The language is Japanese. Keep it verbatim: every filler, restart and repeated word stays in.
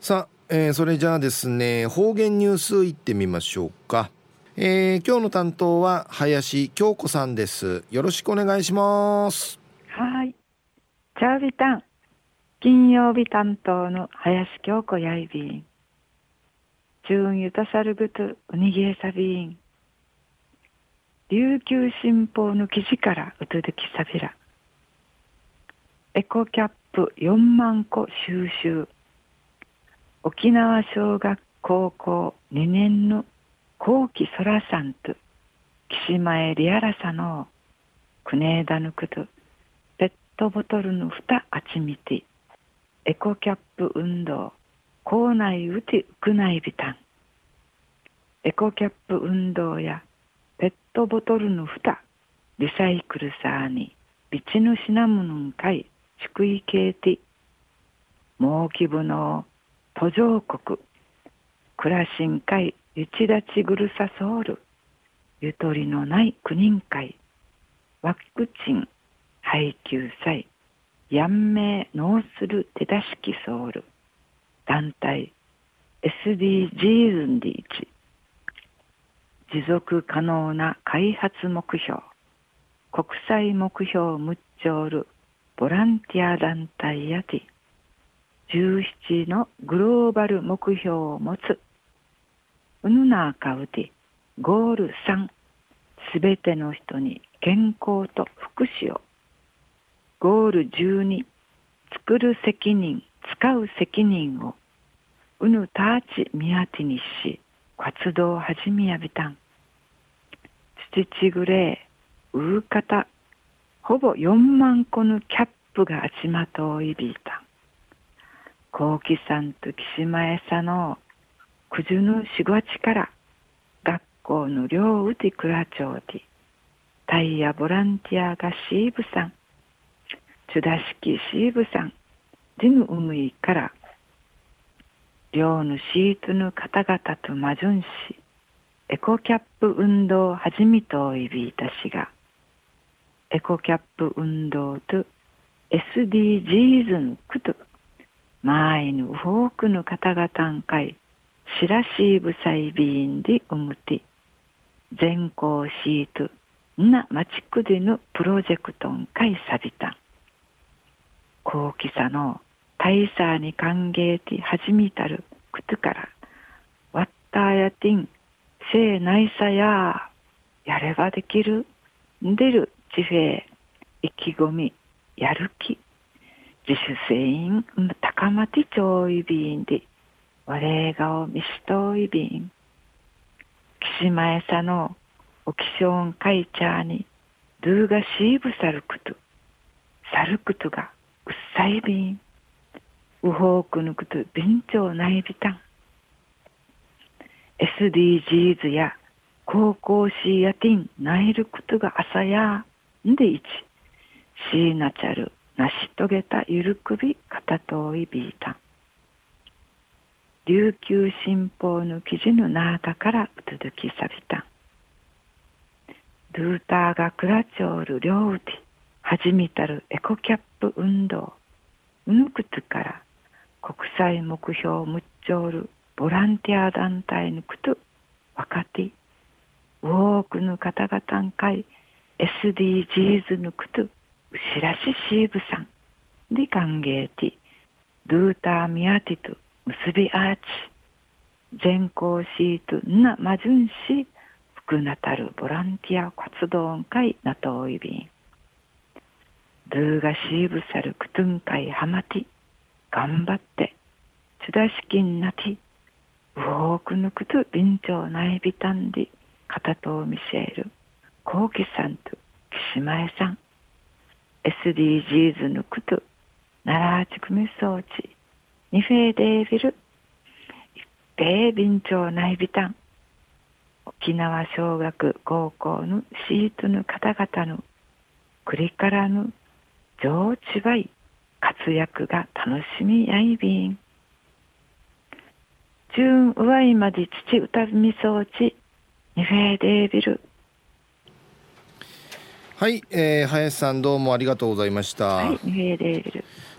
さあ、えーそれじゃあですね、方言ニュースいってみましょうか。えー今日の担当は林京子さんです。よろしくお願いします。 はい。チャービタン。金曜日担当の林京子やいびん。チューンユタサルグトウニゲーサビン。琉球新報の記事からうつづきさびら。エコキャップよんまんこ収集。沖縄小学高校にねんの後期そらさんと岸前リアラサのクネーダヌクとペットボトルのふたあちみてエコキャップ運動校内うてうくないびたんエコキャップ運動やペットボトルのふたリサイクルサーにビチヌシナムヌンカイ宿意系ティモーキブの途上国クラシン会ゆちだちぐるさソウルゆとりのない苦人会ワクチン配給祭やんめいノースル手出しきソウル団体 エスディージーズ ンディーチ持続可能な開発目標国際目標ムッチョールボランティア団体やてじゅうななのグローバル目標を持つうぬなかうてゴールさんすべての人に健康と福祉をゴールじゅうに作る責任使う責任をうぬたちみやてにし活動を始めやびたん土ちぐれううかたほぼよんまんこのキャップがあちまといびいたんこうきさんと岸前さのくじゅのしごちから学校の寮うてくらちょうてタイヤボランティアがシーブさんチュダシキシーブさんジヌウムイから寮のシートの方々とマジュンしエコキャップ運動を始めといびいたしがエコキャップ運動と エスディージーズ のくとマイの多くの方々んかいしらしいぶさいびんでうむて全校シートなまちくでのプロジェクトんかいさびたん高貴さの大差に歓迎て始めたるくとからわったやてんせいないさややればできるんでるちフェ意気込みやる気自主性高まってちょいびんで我がを見しといびん岸前さのオキションカイチャーにドゥーがシーブさることさることがうっさいびんうほうくぬことびんちょうないびたん エスディージーズ や高校シーやティンないることが朝やんでいちシーナチャル成し遂げたゆるくび片といびいたん琉球新報の記事の中からうつづきさびたんドゥーターがクラチョール両腕始めたるエコキャップ運動うぬくつから国際目標むっちょーるボランティア団体のくと若手多くの方々んかい エスディージーズ のくとうしらしシーブさんで歓迎てドゥーターミヤティと結びアーチ全校シートなまじゅんし福なたるボランティア活動んかいなといびんドゥーがシーブさるくとんかいはまて頑張ってチュダシキンなて多くのくとびんちょうないびたんで片と見せるこうきさんと岸前さん エスディージーズ のくとならちくみ装置にフェーデービル一平びんちょうないびたん沖縄小学高校のシートの方々のくりからの上智ばい活躍が楽しみやいびんジューンうわいまで土歌み装置にフェーデービルはい、えー林さんどうもありがとうございました。 はいにフェーデービル